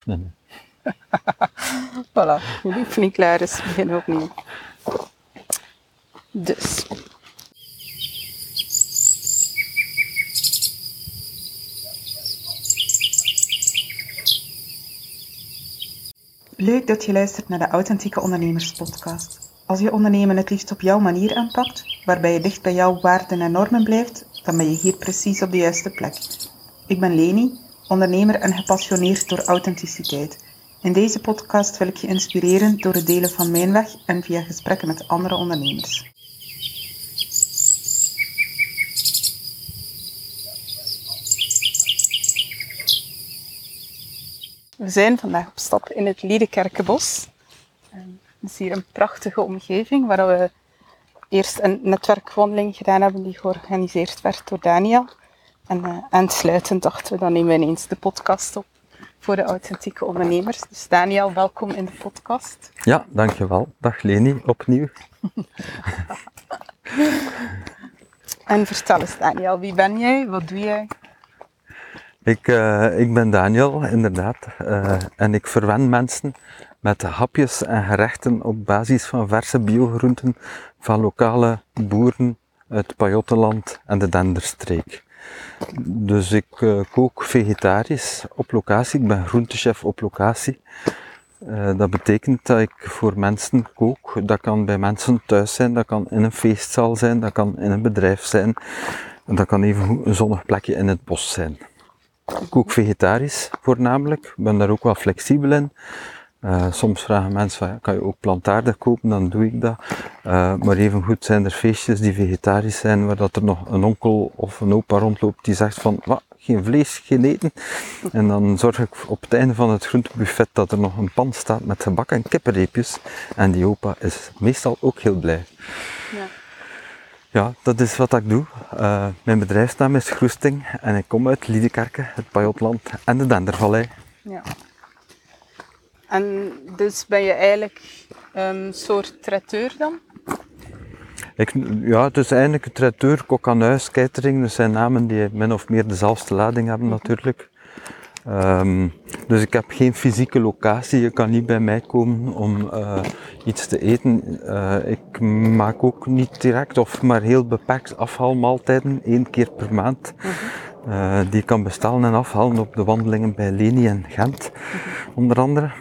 Nee. Voilà, de oefening klaar is, beginnen we opnieuw. Dus. Leuk dat je luistert naar de Authentieke Ondernemers podcast. Als je ondernemen het liefst op jouw manier aanpakt, waarbij je dicht bij jouw waarden en normen blijft, dan ben je hier precies op de juiste plek. Ik ben Leni, ondernemer en gepassioneerd door authenticiteit. In deze podcast wil ik je inspireren door het delen van mijn weg en via gesprekken met andere ondernemers. We zijn vandaag op stap in het Liedekerkenbos. Het is hier een prachtige omgeving waar we eerst een netwerkwandeling gedaan hebben die georganiseerd werd door Daniel. En aansluitend dachten we, dan nemen we ineens de podcast op voor de authentieke ondernemers. Dus Daniel, welkom in de podcast. Ja, dankjewel. Dag Leni, opnieuw. En vertel eens Daniel, wie ben jij? Wat doe jij? Ik ben Daniel, inderdaad. En ik verwen mensen met hapjes en gerechten op basis van verse biogroenten van lokale boeren uit Pajottenland en de Denderstreek. Dus ik kook vegetarisch op locatie, ik ben groentechef op locatie. Dat betekent dat ik voor mensen kook. Dat kan bij mensen thuis zijn, dat kan in een feestzaal zijn, dat kan in een bedrijf zijn. En dat kan even een zonnig plekje in het bos zijn. Ik kook vegetarisch voornamelijk, ik ben daar ook wel flexibel in. Soms vragen mensen van, kan je ook plantaardig kopen, dan doe ik dat. Maar evengoed zijn er feestjes die vegetarisch zijn, waar dat er nog een onkel of een opa rondloopt die zegt van, wat, geen vlees, geen eten. En dan zorg ik op het einde van het groentebuffet dat er nog een pan staat met gebak en kippenreepjes. En die opa is meestal ook heel blij. Ja. Ja, dat is wat ik doe. Mijn bedrijfsnaam is Groesting en ik kom uit Liedekerke, het Pajottenland en de Dendervallei. Ja. En dus ben je eigenlijk een soort traiteur dan? Ja, het is eigenlijk een traiteur, kok aan huis, catering. Dat zijn namen die min of meer dezelfde lading hebben natuurlijk. Dus ik heb geen fysieke locatie, je kan niet bij mij komen om iets te eten. Ik maak ook niet direct of maar heel beperkt afhaalmaaltijden, 1 keer per maand. Die ik kan bestellen en afhalen op de wandelingen bij Leni en Gent, onder andere.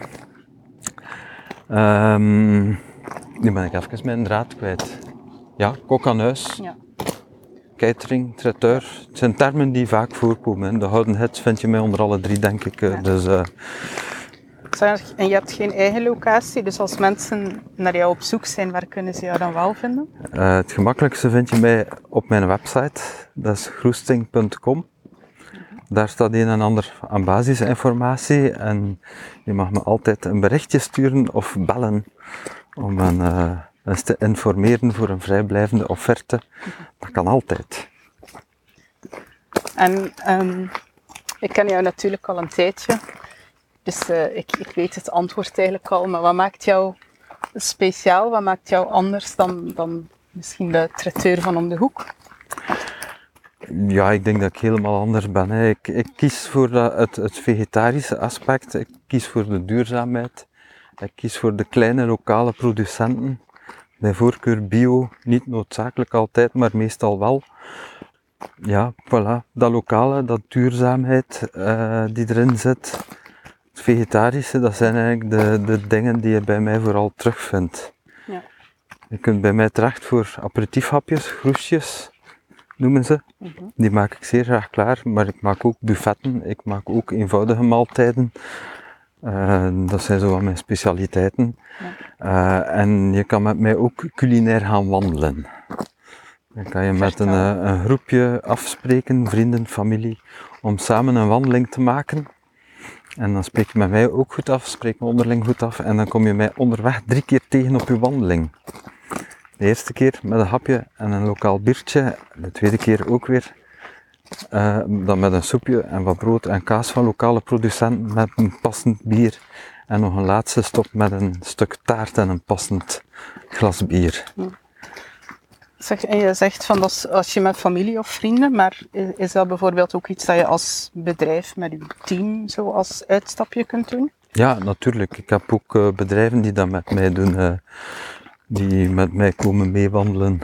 Nu ben ik even mijn draad kwijt. Ja, kok aan huis. Ja. Catering, traiteur, het zijn termen die vaak voorkomen. De houden hits vind je mij onder alle 3, denk ik. Ja. Dus, En je hebt geen eigen locatie, dus als mensen naar jou op zoek zijn, waar kunnen ze jou dan wel vinden? het gemakkelijkste vind je mij op mijn website, dat is groesting.com. Daar staat een en ander aan basisinformatie en je mag me altijd een berichtje sturen of bellen om eens te informeren voor een vrijblijvende offerte. Dat kan altijd. En ik ken jou natuurlijk al een tijdje, dus ik weet het antwoord eigenlijk al, maar wat maakt jou speciaal, wat maakt jou anders dan misschien de traiteur van om de hoek? Ja, ik denk dat ik helemaal anders ben. Hè. Ik kies voor het vegetarische aspect, ik kies voor de duurzaamheid, ik kies voor de kleine lokale producenten. Bij voorkeur bio, niet noodzakelijk altijd, maar meestal wel. Ja, voilà, dat lokale, dat duurzaamheid die erin zit. Het vegetarische, dat zijn eigenlijk de dingen die je bij mij vooral terugvindt. Ja. Je kunt bij mij terecht voor aperitiefhapjes, groesjes, noemen ze. Die maak ik zeer graag klaar, maar ik maak ook buffetten, ik maak ook eenvoudige maaltijden. Dat zijn zo wat mijn specialiteiten. Ja. En je kan met mij ook culinair gaan wandelen. Dan kan je met een groepje afspreken, vrienden, familie, om samen een wandeling te maken. En dan spreek je met mij ook goed af, spreek me onderling goed af en dan kom je mij onderweg 3 keer tegen op je wandeling. De eerste keer met een hapje en een lokaal biertje, de tweede keer ook weer. Dan met een soepje en wat brood en kaas van lokale producenten met een passend bier. En nog een laatste stop met een stuk taart en een passend glas bier. Zeg, en je zegt van dat is als je met familie of vrienden, maar is dat bijvoorbeeld ook iets dat je als bedrijf met je team zo als uitstapje kunt doen? Ja, natuurlijk. Ik heb ook bedrijven die dat met mij doen, die met mij komen meewandelen.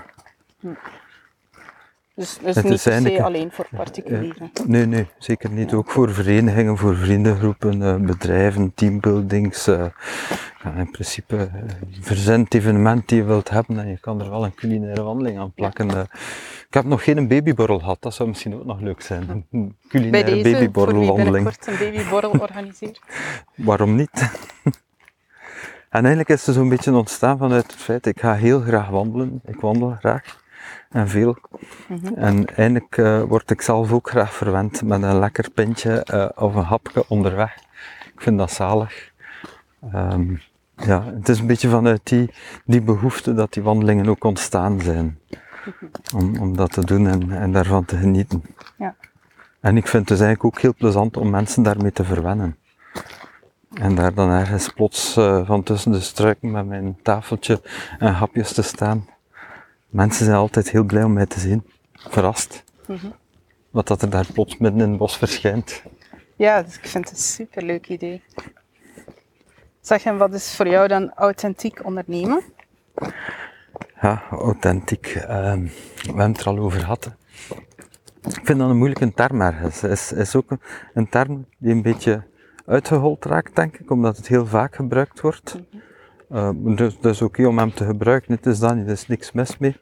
Dus Het niet is per se eigenlijk, alleen voor particulieren. Nee, zeker niet. Ook voor verenigingen, voor vriendengroepen, bedrijven, teambuildings. Ja, in principe, verzend het evenement die je wilt hebben en je kan er wel een culinaire wandeling aan plakken. Ik heb nog geen babyborrel gehad, dat zou misschien ook nog leuk zijn. Een Bij culinaire deze, voor wie babyborrelwandeling. binnenkort een babyborrel organiseert. Waarom niet? En eigenlijk is het zo'n beetje ontstaan vanuit het feit, ik ga heel graag wandelen. Ik wandel graag. En veel. En eigenlijk word ik zelf ook graag verwend met een lekker pintje of een hapje onderweg. Ik vind dat zalig. Ja, het is een beetje vanuit die behoefte dat die wandelingen ook ontstaan zijn. Om dat te doen en daarvan te genieten. Ja. En ik vind het dus eigenlijk ook heel plezant om mensen daarmee te verwennen. En daar dan ergens plots van tussen de struiken met mijn tafeltje en hapjes te staan. Mensen zijn altijd heel blij om mij te zien. Verrast. Wat dat er daar plots midden in het bos verschijnt. Ja, dus ik vind het een superleuk idee. Zeg, en wat is voor jou dan authentiek ondernemen? Ja, authentiek. We hebben het er al over gehad. Ik vind dat een moeilijke term ergens. Het is ook een term die een beetje uitgehold raakt, denk ik, omdat het heel vaak gebruikt wordt. Dus oké om hem te gebruiken, het is dat niet, er is niks mis mee.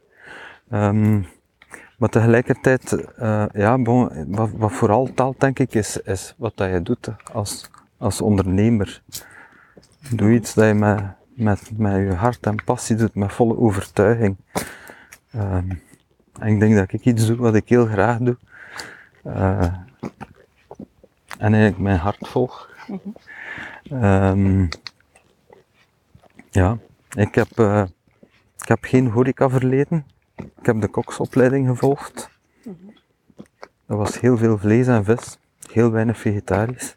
Maar tegelijkertijd, wat vooral telt, denk ik, is wat dat je doet als ondernemer. Doe iets dat je met je hart en passie doet, met volle overtuiging. En ik denk dat ik iets doe wat ik heel graag doe. En eigenlijk mijn hart volg. Ja, ik heb geen horecaverleden. Ik heb de koksopleiding gevolgd. Dat was heel veel vlees en vis, heel weinig vegetarisch.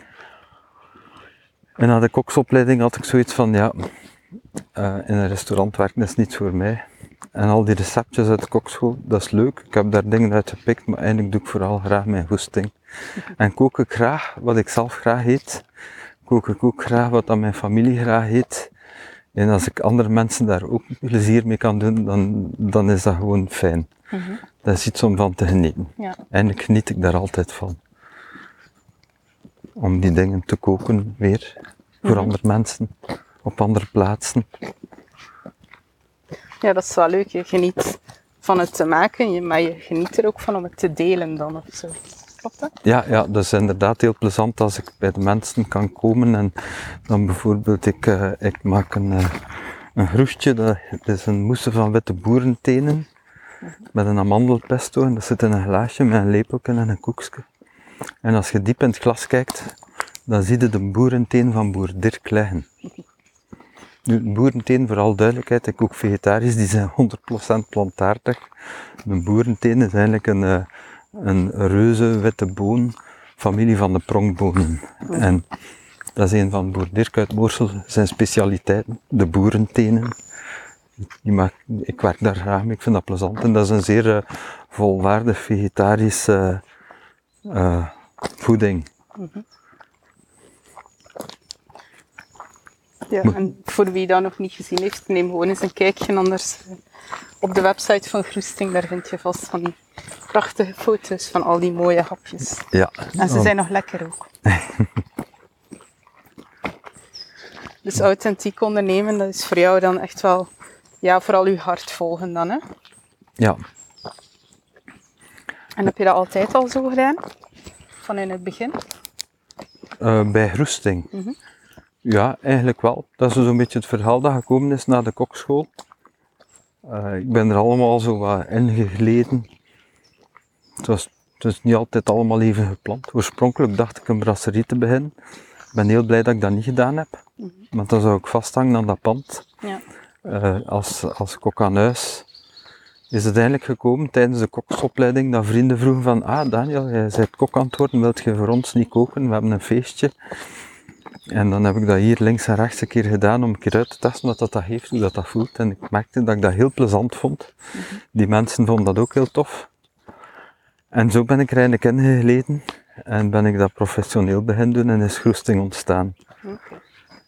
En na de koksopleiding had ik zoiets van, ja, in een restaurant werken is niets voor mij. En al die receptjes uit de kokschool, dat is leuk. Ik heb daar dingen uit gepikt, maar eigenlijk doe ik vooral graag mijn goesting. En kook ik graag wat ik zelf graag eet. Kook ik ook graag wat aan mijn familie graag eet. En als ik andere mensen daar ook plezier mee kan doen, dan is dat gewoon fijn. Dat is iets om van te genieten. Ja. Eigenlijk geniet ik daar altijd van. Om die dingen te koken weer, voor andere mensen, op andere plaatsen. Ja, dat is wel leuk. Je geniet van het te maken, maar je geniet er ook van om het te delen dan of zo. Klopt dat? Ja, dat is inderdaad heel plezant als ik bij de mensen kan komen en dan bijvoorbeeld ik maak een groestje, dat is een mousse van witte boerentenen met een amandelpesto en dat zit in een glaasje met een lepeltje en een koekje. En als je diep in het glas kijkt, dan zie je de boerenteen van boer Dirk liggen. Nu, boerenteen, voor alle duidelijkheid, ik kook vegetarisch, die zijn 100% plantaardig. Een boerenteen is eigenlijk een reuze witte boon, familie van de pronkbonen. En dat is een van boer Dirk uit Moorsel, zijn specialiteiten, de boerentenen. Ik werk daar graag mee, ik vind dat plezant. En dat is een zeer volwaardig vegetarische voeding. Ja, en voor wie dat nog niet gezien heeft, neem gewoon eens een kijkje anders op de website van Groesting. Daar vind je vast van die prachtige foto's van al die mooie hapjes. Ja. En ze zijn nog lekker ook. Dus authentiek ondernemen, dat is voor jou dan echt wel, ja, vooral je hart volgen dan, hè? Ja. En heb je dat altijd al zo gedaan? Van in het begin? Bij Groesting? Ja, eigenlijk wel. Dat is dus een beetje het verhaal dat gekomen is na de kokschool. Ik ben er allemaal zo wat ingegleden. Het is niet altijd allemaal even gepland. Oorspronkelijk dacht ik een brasserie te beginnen. Ik ben heel blij dat ik dat niet gedaan heb. Want dan zou ik vasthangen aan dat pand. Ja. Als kok aan huis is het eigenlijk gekomen tijdens de koksopleiding dat vrienden vroegen van Daniel, jij bent kok aan het worden, wilt je voor ons niet koken? We hebben een feestje. En dan heb ik dat hier links en rechts een keer gedaan om een keer uit te testen wat dat geeft, hoe dat voelt. En ik merkte dat ik dat heel plezant vond. Die mensen vonden dat ook heel tof. En zo ben ik er eigenlijk ingegleden en ben ik dat professioneel beginnen doen en is Groesting ontstaan. Okay.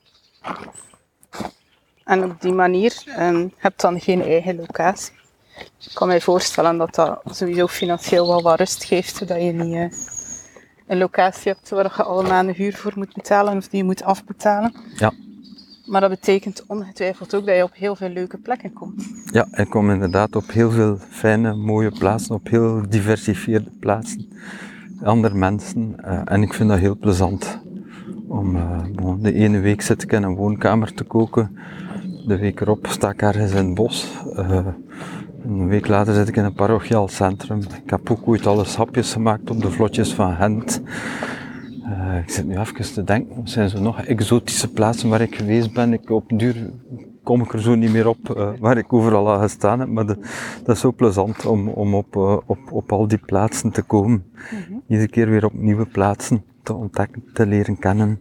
En op die manier heb je dan geen eigen locatie. Ik kan mij voorstellen dat dat sowieso financieel wel wat rust geeft, zodat je niet een locatie hebt waar je alle maanden huur voor moet betalen of die je moet afbetalen. Ja. Maar dat betekent ongetwijfeld ook dat je op heel veel leuke plekken komt. Ja, ik kom inderdaad op heel veel fijne, mooie plaatsen, op heel diversifieerde plaatsen. Andere mensen. En ik vind dat heel plezant. Om de ene week zit ik in een woonkamer te koken. De week erop sta ik ergens in het bos. Een week later zit ik in een parochiaal centrum. Ik heb ook ooit al eens hapjes gemaakt op de vlotjes van Gent. Ik zit nu even te denken, wat zijn zo nog exotische plaatsen waar ik geweest ben? Op duur kom ik er zo niet meer op waar ik overal al gestaan heb, maar dat is zo plezant om op al die plaatsen te komen. Iedere keer weer op nieuwe plaatsen te ontdekken, te leren kennen.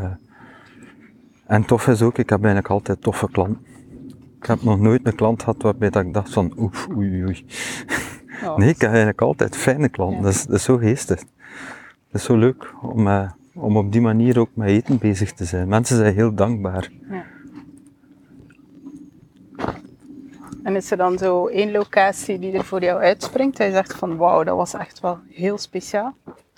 En tof is ook, ik heb eigenlijk altijd toffe klanten. Ik heb nog nooit een klant gehad waarbij dat ik dacht van oei. Ja, Nee, ik heb eigenlijk altijd fijne klanten, ja. Dat is zo geestig. Het is zo leuk om op die manier ook met eten bezig te zijn. Mensen zijn heel dankbaar. Ja. En is er dan zo één locatie die er voor jou uitspringt? Dat je zegt van wauw, dat was echt wel heel speciaal.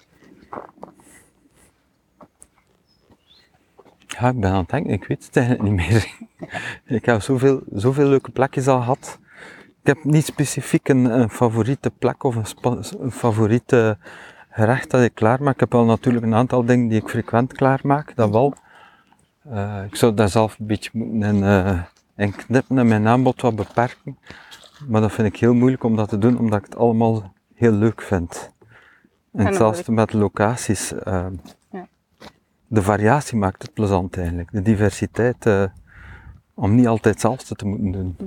Ja, ik ben aan het denken, ik weet het eigenlijk niet meer. Ik heb zoveel leuke plekjes al gehad. Ik heb niet specifiek een favoriete plek of een favoriete gerecht dat ik klaarmaak. Ik heb wel natuurlijk een aantal dingen die ik frequent klaarmaak, dat wel. Ik zou daar zelf een beetje moeten in knippen en mijn aanbod wat beperken. Maar dat vind ik heel moeilijk om dat te doen, omdat ik het allemaal heel leuk vind. En hetzelfde met locaties. Ja. De variatie maakt het plezant eigenlijk. De diversiteit, om niet altijd hetzelfde te moeten doen.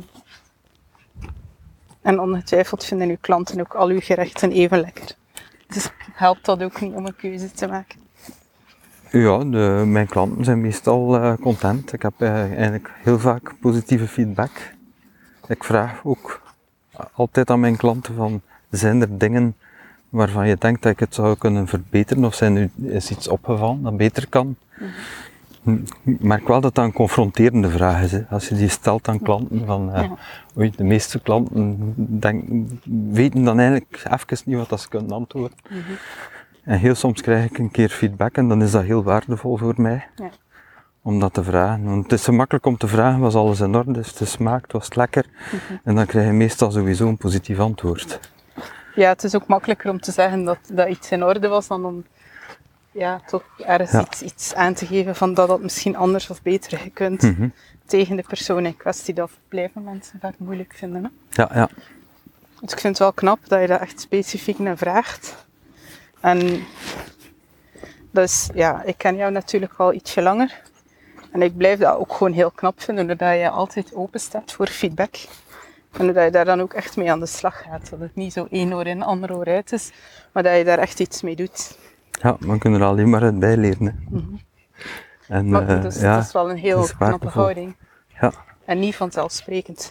En ongetwijfeld vinden uw klanten ook al uw gerechten even lekker. Dus helpt dat ook niet om een keuze te maken? Ja, mijn klanten zijn meestal content. Ik heb eigenlijk heel vaak positieve feedback. Ik vraag ook altijd aan mijn klanten van, zijn er dingen waarvan je denkt dat ik het zou kunnen verbeteren of is iets opgevallen dat beter kan? Ik merk wel dat dat een confronterende vraag is. Hè. Als je die stelt aan klanten, oei, de meeste klanten weten dan eigenlijk even niet wat ze kunnen antwoorden. En heel soms krijg ik een keer feedback en dan is dat heel waardevol voor mij. Ja. Om dat te vragen. Want het is zo makkelijk om te vragen, was alles in orde, is het smaakt, was het lekker? En dan krijg je meestal sowieso een positief antwoord. Ja, het is ook makkelijker om te zeggen dat iets in orde was dan om toch ergens iets aan te geven van dat het misschien anders of beter gekund tegen de persoon in kwestie. Dat blijven mensen vaak moeilijk vinden. Hè? Ja. Dus ik vind het wel knap dat je dat echt specifiek naar vraagt. En dus ik ken jou natuurlijk al ietsje langer. En ik blijf dat ook gewoon heel knap vinden, doordat je altijd open staat voor feedback. En doordat je daar dan ook echt mee aan de slag gaat. Dat het niet zo één oor in, ander oor uit is, maar dat je daar echt iets mee doet. Ja, we kunnen er alleen maar uit bijleren. En, maar dus het is wel een heel knappe houding. Ja. En niet vanzelfsprekend.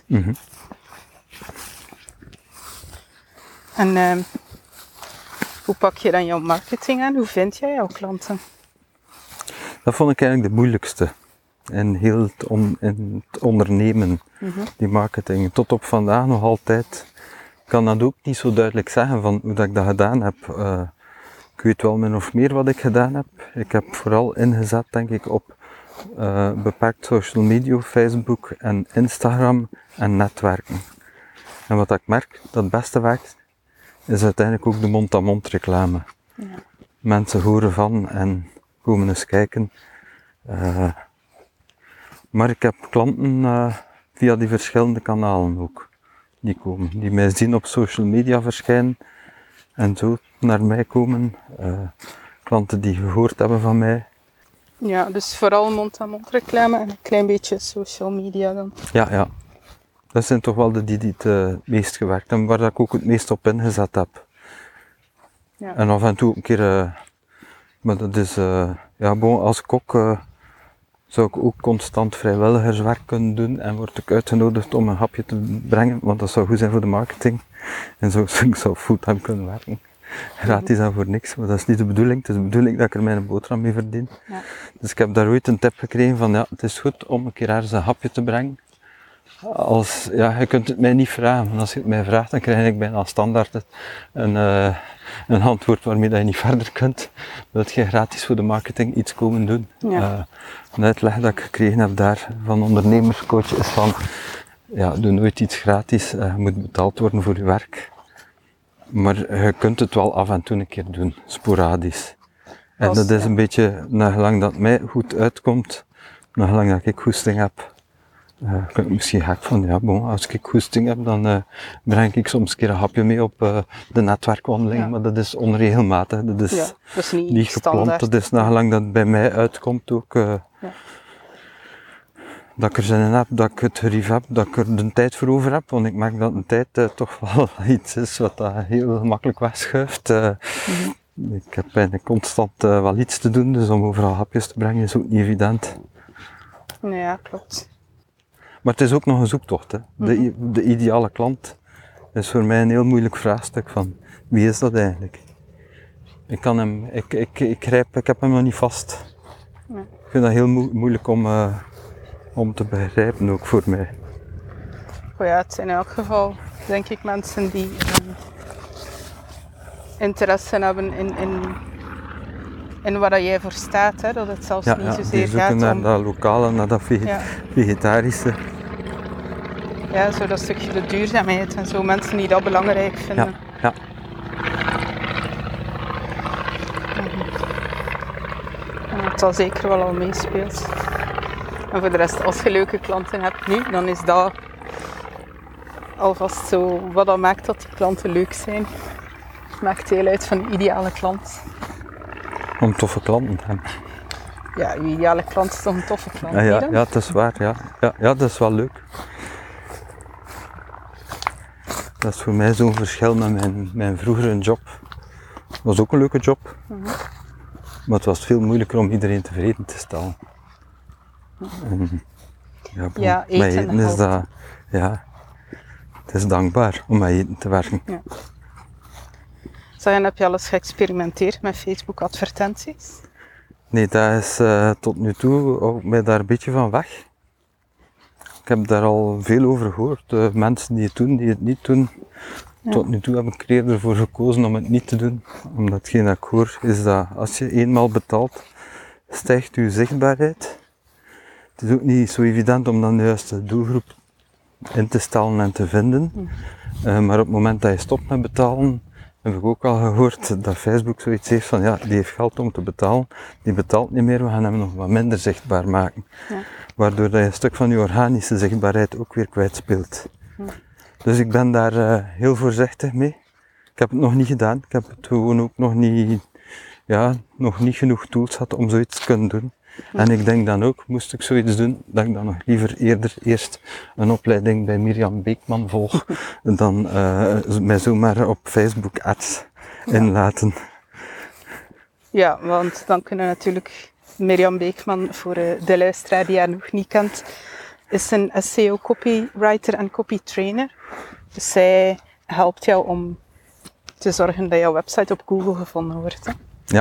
En hoe pak je dan jouw marketing aan? Hoe vind jij jouw klanten? Dat vond ik eigenlijk de moeilijkste. In heel het ondernemen, die marketing. Tot op vandaag nog altijd. Ik kan dat ook niet zo duidelijk zeggen van hoe dat ik dat gedaan heb. Ik weet wel min of meer wat ik gedaan heb. Ik heb vooral ingezet, denk ik, op beperkt social media, Facebook en Instagram en netwerken. En wat ik merk dat het beste werkt, is uiteindelijk ook de mond-aan-mond reclame. Ja. Mensen horen van en komen eens kijken. Maar ik heb klanten via die verschillende kanalen ook. Die komen, die mij zien op social media verschijnen en zo naar mij komen. Klanten die gehoord hebben van mij. Ja, dus vooral mond-aan-mond reclame en een klein beetje social media dan. Ja. Dat zijn toch wel die het meest gewerkt hebben, waar ik ook het meest op ingezet heb. Ja. En af en toe een keer, maar dat is, als kok zou ik ook constant vrijwilligerswerk kunnen doen en word ik uitgenodigd om een hapje te brengen, want dat zou goed zijn voor de marketing. En zo ik zou fulltime kunnen werken. Gratis en voor niks, maar dat is niet de bedoeling. Het is de bedoeling dat ik er mijn boterham mee verdien. Ja. Dus ik heb daar ooit een tip gekregen van, ja, het is goed om een keer ergens een hapje te brengen. Je kunt het mij niet vragen, want als je het mij vraagt, dan krijg ik bijna standaard een antwoord waarmee dat je niet verder kunt. Dat je gratis voor de marketing iets komen doen. Ja. Een uitleg dat ik gekregen heb daar van ondernemerscoach is van, ja, doe nooit iets gratis, je moet betaald worden voor je werk. Maar je kunt het wel af en toe een keer doen, sporadisch. En dat is een beetje, nagelang dat mij goed uitkomt, nagelang dat ik goesting heb. Ik ben misschien gek van, ja, bon, als ik goesting heb, dan breng ik soms een keer een hapje mee op de netwerkwandeling, maar dat is onregelmatig, dat is niet gepland, dat is nagelang dat het bij mij uitkomt ook. Dat ik er zin in heb, dat ik het gerief heb, dat ik er de tijd voor over heb, want ik merk dat een tijd toch wel iets is wat dat heel gemakkelijk wegschuift. Ik heb eigenlijk constant wel iets te doen, dus om overal hapjes te brengen is ook niet evident. Ja, klopt. Maar het is ook nog een zoektocht. Hè. De ideale klant is voor mij een heel moeilijk vraagstuk van wie is dat eigenlijk? Ik heb hem nog niet vast. Nee. Ik vind dat heel moeilijk om te begrijpen, ook voor mij. Oh ja, het zijn in elk geval, denk ik, mensen die interesse hebben in waar jij voor staat. Hè? Dat het zelfs niet zozeer gaat om... naar dat lokale, naar dat vegetarische. Ja, zo dat stukje de duurzaamheid en zo, mensen die dat belangrijk vinden. Ja. En dat dat zeker wel al meespeelt. En voor de rest, als je leuke klanten hebt nu, dan is dat alvast zo wat dat maakt dat die klanten leuk zijn. Het maakt deel uit van de ideale klant. Om toffe klanten te hebben. Ja, je ideale klant is toch een toffe klant? Ja, dat is waar. Ja, dat is wel leuk. Dat is voor mij zo'n verschil met mijn vroegere job. Het was ook een leuke job. Maar het was veel moeilijker om iedereen tevreden te stellen. Eten is dat... Ja, het is dankbaar om met eten te werken. Ja. Heb je al eens geëxperimenteerd met Facebook advertenties? Nee, dat is tot nu toe ook mij daar een beetje van weg. Ik heb daar al veel over gehoord. Mensen die het doen, die het niet doen. Ja. Tot nu toe heb ik er eerder voor gekozen om het niet te doen. Omdat hetgeen dat ik hoor is dat als je eenmaal betaalt, stijgt je zichtbaarheid. Het is ook niet zo evident om dan de juiste doelgroep in te stellen en te vinden. Maar op het moment dat je stopt met betalen, heb ik ook al gehoord dat Facebook zoiets heeft van, ja, die heeft geld om te betalen, die betaalt niet meer, we gaan hem nog wat minder zichtbaar maken. Ja. Waardoor dat je een stuk van je organische zichtbaarheid ook weer kwijtspeelt. Dus ik ben daar heel voorzichtig mee. Ik heb het nog niet gedaan, ik heb het gewoon ook nog niet genoeg tools gehad om zoiets te kunnen doen. En ik denk dan ook, moest ik zoiets doen, dat ik dan nog liever eerst een opleiding bij Mirjam Beekman volg, dan mij zomaar op Facebook ads inlaten. Ja, want dan kunnen natuurlijk Mirjam Beekman, voor de luisteraar die haar nog niet kent, is een SEO copywriter en copy trainer. Dus zij helpt jou om te zorgen dat jouw website op Google gevonden wordt. Hè? Ja.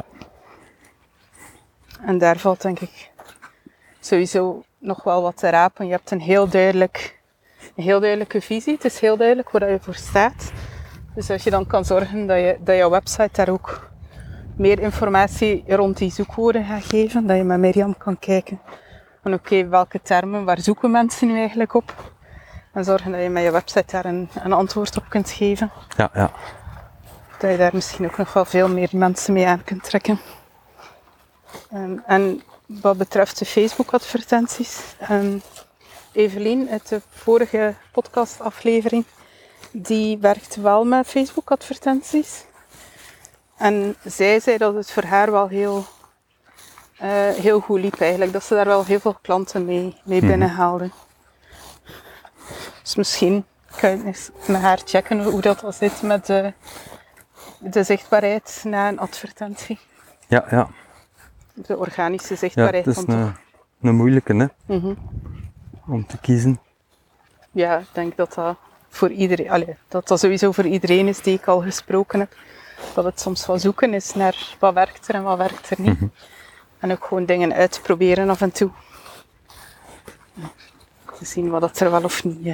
En daar valt denk ik sowieso nog wel wat te rapen. Je hebt een heel duidelijke visie. Het is heel duidelijk waar je voor staat. Dus als je dan kan zorgen dat jouw website daar ook meer informatie rond die zoekwoorden gaat geven. Dat je met Mirjam kan kijken van oké, welke termen, waar zoeken mensen nu eigenlijk op? En zorgen dat je met je website daar een antwoord op kunt geven. Ja. Dat je daar misschien ook nog wel veel meer mensen mee aan kunt trekken. En wat betreft de Facebook-advertenties, Evelien uit de vorige podcastaflevering, die werkt wel met Facebook-advertenties. En zij zei dat het voor haar wel heel goed liep eigenlijk, dat ze daar wel heel veel klanten mee binnenhaalde. Dus misschien kan je eens met haar checken hoe dat al zit met de zichtbaarheid na een advertentie. Ja. De organische zichtbaarheid. Ja, het is een moeilijke, hè, Mhm. om te kiezen. Ja, ik denk dat dat voor iedereen, dat dat sowieso voor iedereen is die ik al gesproken heb. Dat het soms wel zoeken is naar wat werkt er en wat werkt er niet. En ook gewoon dingen uitproberen af en toe. Te zien wat dat er wel of niet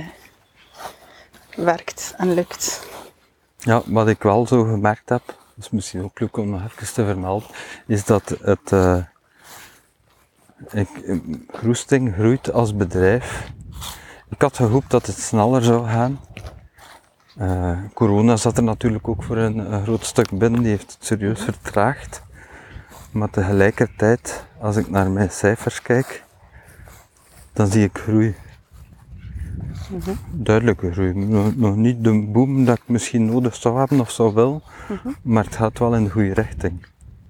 werkt en lukt. Ja, wat ik wel zo gemerkt heb, dat is misschien ook leuk om nog even te vermelden, is dat Roesting groeit als bedrijf. Ik had gehoopt dat het sneller zou gaan. Corona zat er natuurlijk ook voor een groot stuk binnen, die heeft het serieus vertraagd. Maar tegelijkertijd, als ik naar mijn cijfers kijk, dan zie ik groei. Duidelijke groei. Nog niet de boom dat ik misschien nodig zou hebben of zou willen, maar het gaat wel in de goede richting.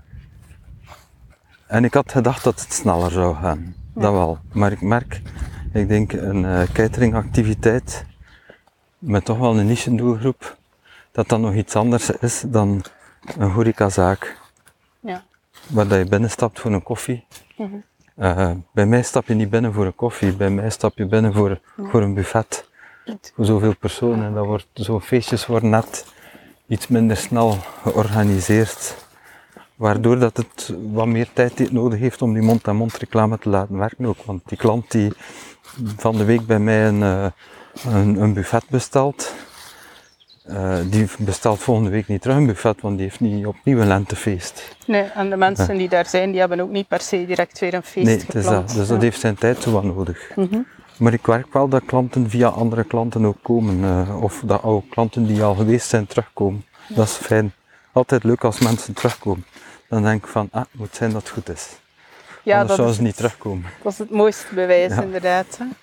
En ik had gedacht dat het sneller zou gaan, dat wel. Maar ik denk een cateringactiviteit met toch wel een niche doelgroep, dat dat nog iets anders is dan een horecazaak. Ja. Waar dat je binnenstapt voor een koffie. Bij mij stap je niet binnen voor een koffie, bij mij stap je binnen voor een buffet. Voor zoveel personen. En zo'n feestjes worden net iets minder snel georganiseerd. Waardoor dat het wat meer tijd nodig heeft om die mond-aan-mond reclame te laten werken ook. Want die klant die van de week bij mij een buffet bestelt, die bestelt volgende week niet terug een buffet, want die heeft niet opnieuw een lentefeest. Nee, en de mensen die daar zijn, die hebben ook niet per se direct weer een feest Nee, het is gepland. dat. Dus dat heeft zijn tijd zo wat nodig. Maar ik werk wel dat klanten via andere klanten ook komen. Of dat oude klanten die al geweest zijn terugkomen. Dat is fijn. Altijd leuk als mensen terugkomen. Dan denk ik van, het moet zijn dat het goed is. Ja, Anders dat zouden is ze niet terugkomen. Dat is het mooiste bewijs, Ja. inderdaad. Hè.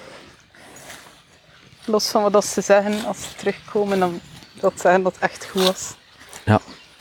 Los van wat ze zeggen, als ze terugkomen, dan dat zeggen dat het echt goed was. Ja.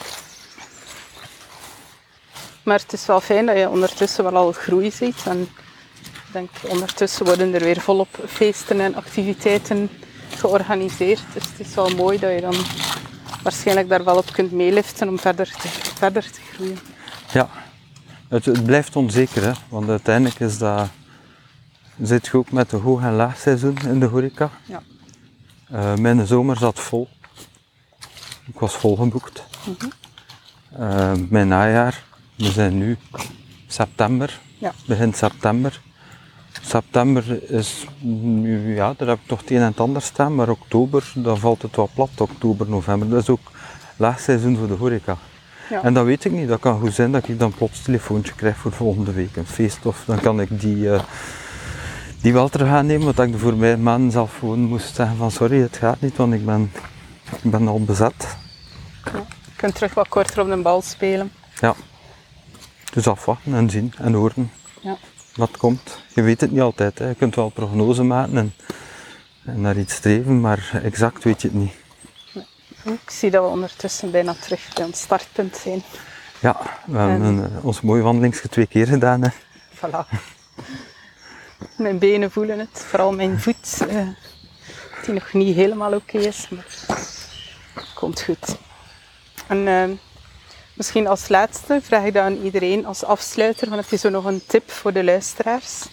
Maar het is wel fijn dat je ondertussen wel al groei ziet. En ik denk, ondertussen worden er weer volop feesten en activiteiten georganiseerd. Dus het is wel mooi dat je dan waarschijnlijk daar wel op kunt meeliften om verder te groeien. Ja. Het blijft onzeker, hè. Want uiteindelijk zit je ook met een hoog- en laagseizoen in de horeca. Ja. Mijn zomer zat vol. Ik was volgeboekt. Mijn najaar, we zijn nu september, Ja. begin september. September is nu, ja, daar heb ik toch het een en het ander staan, maar oktober, dan valt het wat plat, oktober, november. Dat is ook laagseizoen voor de horeca. Ja. En dat weet ik niet, dat kan goed zijn dat ik dan plots een telefoontje krijg voor volgende week, een feest, of dan kan ik die wel terug aannemen, want ik de voorbije maanden zelf gewoon moest zeggen van sorry, het gaat niet, want ik ben al bezet. Je kunt terug wat korter op de bal spelen. Ja. Dus afwachten en zien en horen Ja. wat komt. Je weet het niet altijd, hè. Je kunt wel prognose maken en naar iets streven, maar exact weet je het niet. Ik zie dat we ondertussen bijna terug bij ons startpunt zijn. Ja, we hebben ons mooie wandelingsje 2 keer gedaan. Hè. Voilà. Mijn benen voelen het, vooral mijn voet, die nog niet helemaal oké is, maar het komt goed. En misschien als laatste vraag ik dat aan iedereen als afsluiter, van heb je zo nog een tip voor de luisteraars?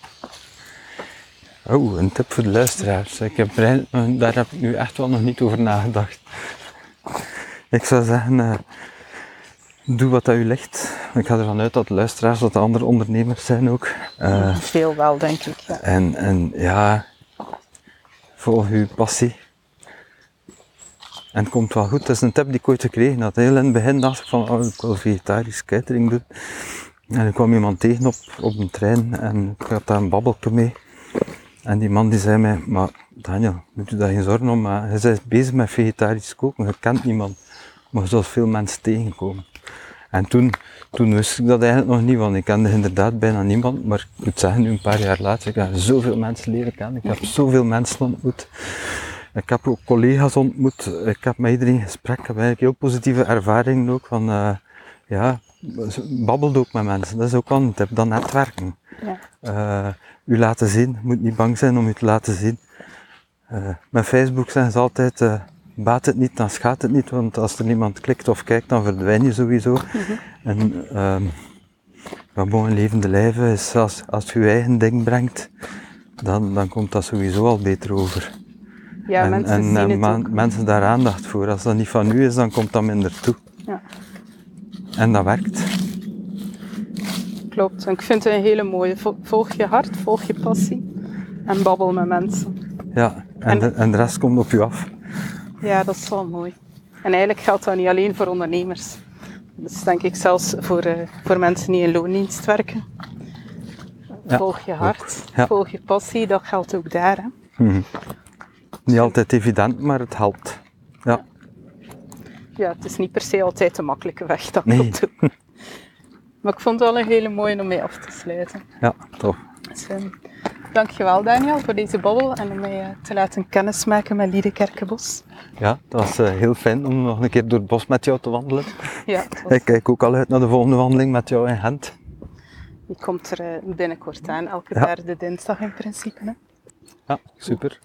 Oh, een tip voor de luisteraars. Daar heb ik nu echt wel nog niet over nagedacht. Ik zou zeggen, doe wat dat u ligt. Ik ga ervan uit dat de luisteraars, dat de andere ondernemers zijn ook. Veel wel, denk ik. Ja. En ja, volg uw passie. En het komt wel goed. Dat is een tip die ik ooit gekregen had. Heel in het begin dacht ik van, ik wil vegetarisch catering doen. En ik kwam iemand tegen op een trein en ik had daar een babbelje mee. En die man die zei mij, maar Daniel, moet je daar geen zorgen om, maar je bent bezig met vegetarisch koken, je kent niemand. Maar je zult veel mensen tegenkomen. En toen wist ik dat eigenlijk nog niet, want ik kende inderdaad bijna niemand. Maar ik moet zeggen, nu een paar jaar later, ik heb zoveel mensen leren kennen. Ik heb zoveel mensen ontmoet. Ik heb ook collega's ontmoet. Ik heb met iedereen in gesprek. Ik heb eigenlijk heel positieve ervaringen ook. Babbel ook met mensen. Dat is ook wel een tip, dan netwerken. Ja. U laten zien. Je moet niet bang zijn om u te laten zien. Met Facebook zeggen ze altijd, baat het niet, dan schaadt het niet. Want als er niemand klikt of kijkt, dan verdwijn je sowieso. En een levende lijven is, als je je eigen ding brengt, dan komt dat sowieso al beter over. Ja, mensen zien het ook. Mensen daar aandacht voor. Als dat niet van u is, dan komt dat minder toe. Ja. En dat werkt. Klopt. En ik vind het een hele mooie. Volg je hart, volg je passie en babbel met mensen. Ja, en de rest komt op je af. Ja, dat is wel mooi. En eigenlijk geldt dat niet alleen voor ondernemers. Dus denk ik zelfs voor mensen die in loondienst werken. Ja, Volg je hart, ja. volg je passie, dat geldt ook daar. Hè. Niet altijd evident, maar het helpt. Ja. Ja, het is niet per se altijd de makkelijke weg, dat Nee. klopt ook. Maar ik vond het wel een hele mooie om mee af te sluiten. Ja, tof. Dus, dankjewel Daniel voor deze babbel en om mij te laten kennismaken met Liedekerkebos. Ja, dat was heel fijn om nog een keer door het bos met jou te wandelen. Ja, Ik kijk ook al uit naar de volgende wandeling met jou in Gent. die komt er binnenkort aan, elke Ja. derde dinsdag in principe. Hè. Ja, super.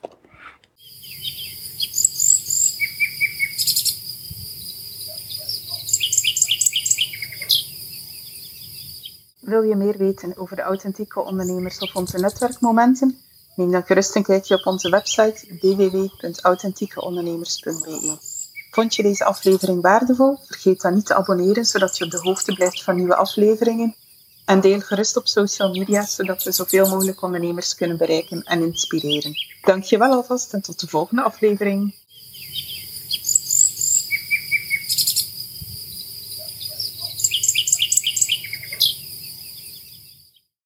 Wil je meer weten over de authentieke ondernemers of onze netwerkmomenten? Neem dan gerust een kijkje op onze website www.authentiekeondernemers.be. Vond je deze aflevering waardevol? Vergeet dan niet te abonneren, zodat je op de hoogte blijft van nieuwe afleveringen. En deel gerust op social media, zodat we zoveel mogelijk ondernemers kunnen bereiken en inspireren. Dank je wel alvast en tot de volgende aflevering.